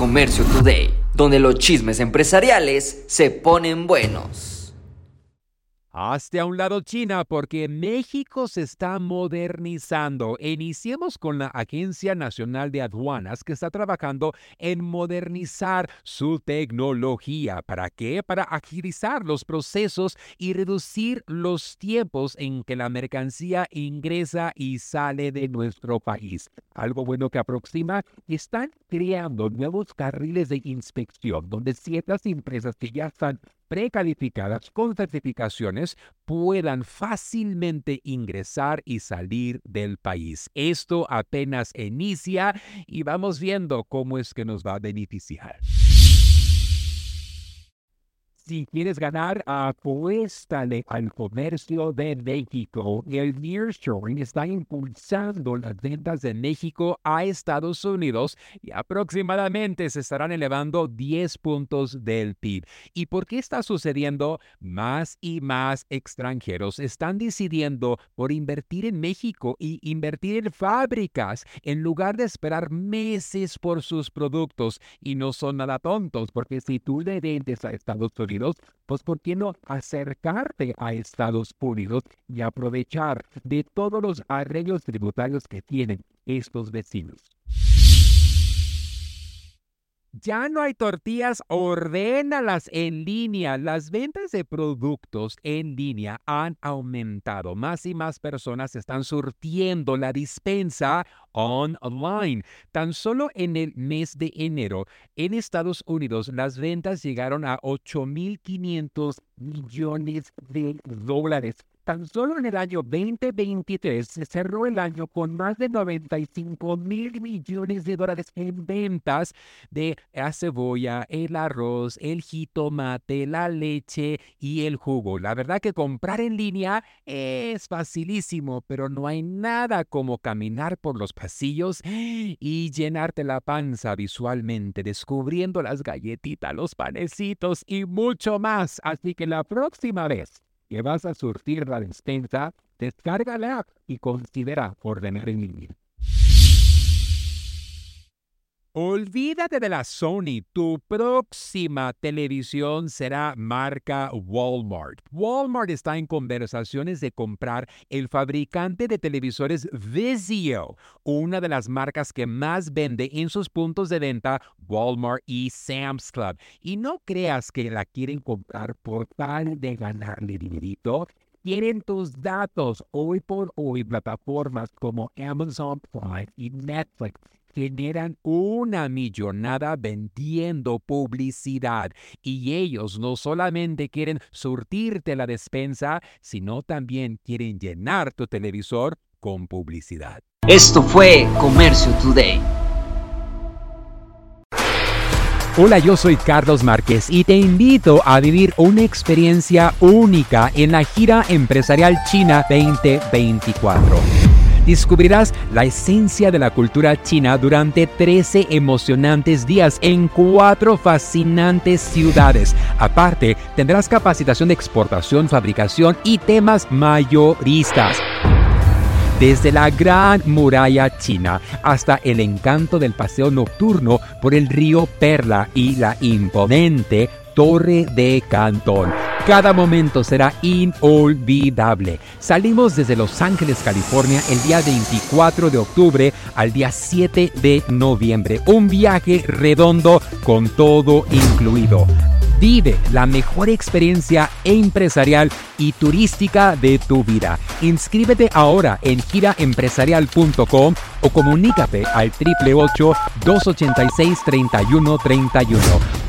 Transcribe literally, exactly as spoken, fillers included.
Comercio Today, donde los chismes empresariales se ponen buenos. Hazte a un lado, China, porque México se está modernizando. Iniciemos con la Agencia Nacional de Aduanas, que está trabajando en modernizar su tecnología. ¿Para qué? Para agilizar los procesos y reducir los tiempos en que la mercancía ingresa y sale de nuestro país. Algo bueno que aproxima, están creando nuevos carriles de inspección, donde ciertas empresas que ya están precalificadas con certificaciones puedan fácilmente ingresar y salir del país. Esto apenas inicia y vamos viendo cómo es que nos va a beneficiar. Si quieres ganar, apuéstale al comercio de México. El nearshoring está impulsando las ventas de México a Estados Unidos y aproximadamente se estarán elevando diez puntos del P I B. ¿Y por qué está sucediendo? Más y más extranjeros están decidiendo por invertir en México y invertir en fábricas en lugar de esperar meses por sus productos. Y no son nada tontos, porque si tú le vendes a Estados Unidos, pues ¿por qué no acercarte a Estados Unidos y aprovechar de todos los arreglos tributarios que tienen estos vecinos? Ya no hay tortillas, ordénalas en línea. Las ventas de productos en línea han aumentado. Más y más personas están surtiendo la despensa online. Tan solo en el mes de enero, en Estados Unidos, las ventas llegaron a ocho mil quinientos millones de dólares. Tan solo en el año veinte veintitrés se cerró el año con más de noventa y cinco mil millones de dólares en ventas de la cebolla, el arroz, el jitomate, la leche y el jugo. La verdad que comprar en línea es facilísimo, pero no hay nada como caminar por los pasillos y llenarte la panza visualmente, descubriendo las galletitas, los panecitos y mucho más. Así que la próxima vez que vas a surtir la despensa, descarga la app y considera ordenar en línea. Olvídate de la Sony. Tu próxima televisión será marca Walmart. Walmart está en conversaciones de comprar el fabricante de televisores Vizio, una de las marcas que más vende en sus puntos de venta, Walmart y Sam's Club. Y no creas que la quieren comprar por tal de ganarle dinerito. Quieren tus datos. Hoy por hoy, plataformas como Amazon Prime y Netflix generan una millonada vendiendo publicidad. Y ellos no solamente quieren surtirte la despensa, sino también quieren llenar tu televisor con publicidad. Esto fue Comercio Today. Hola, yo soy Carlos Márquez y te invito a vivir una experiencia única en la Gira Empresarial China veinte veinticuatro. Descubrirás la esencia de la cultura china durante trece emocionantes días en cuatro fascinantes ciudades. Aparte, tendrás capacitación de exportación, fabricación y temas mayoristas. Desde la Gran Muralla China hasta el encanto del paseo nocturno por el río Perla y la imponente Torre de Cantón. Cada momento será inolvidable. Salimos desde Los Ángeles, California, el día veinticuatro de octubre al día siete de noviembre. Un viaje redondo con todo incluido. Vive la mejor experiencia empresarial y turística de tu vida. Inscríbete ahora en gira empresarial punto com o comunícate al ocho ocho ocho, dos ocho seis, tres uno tres uno.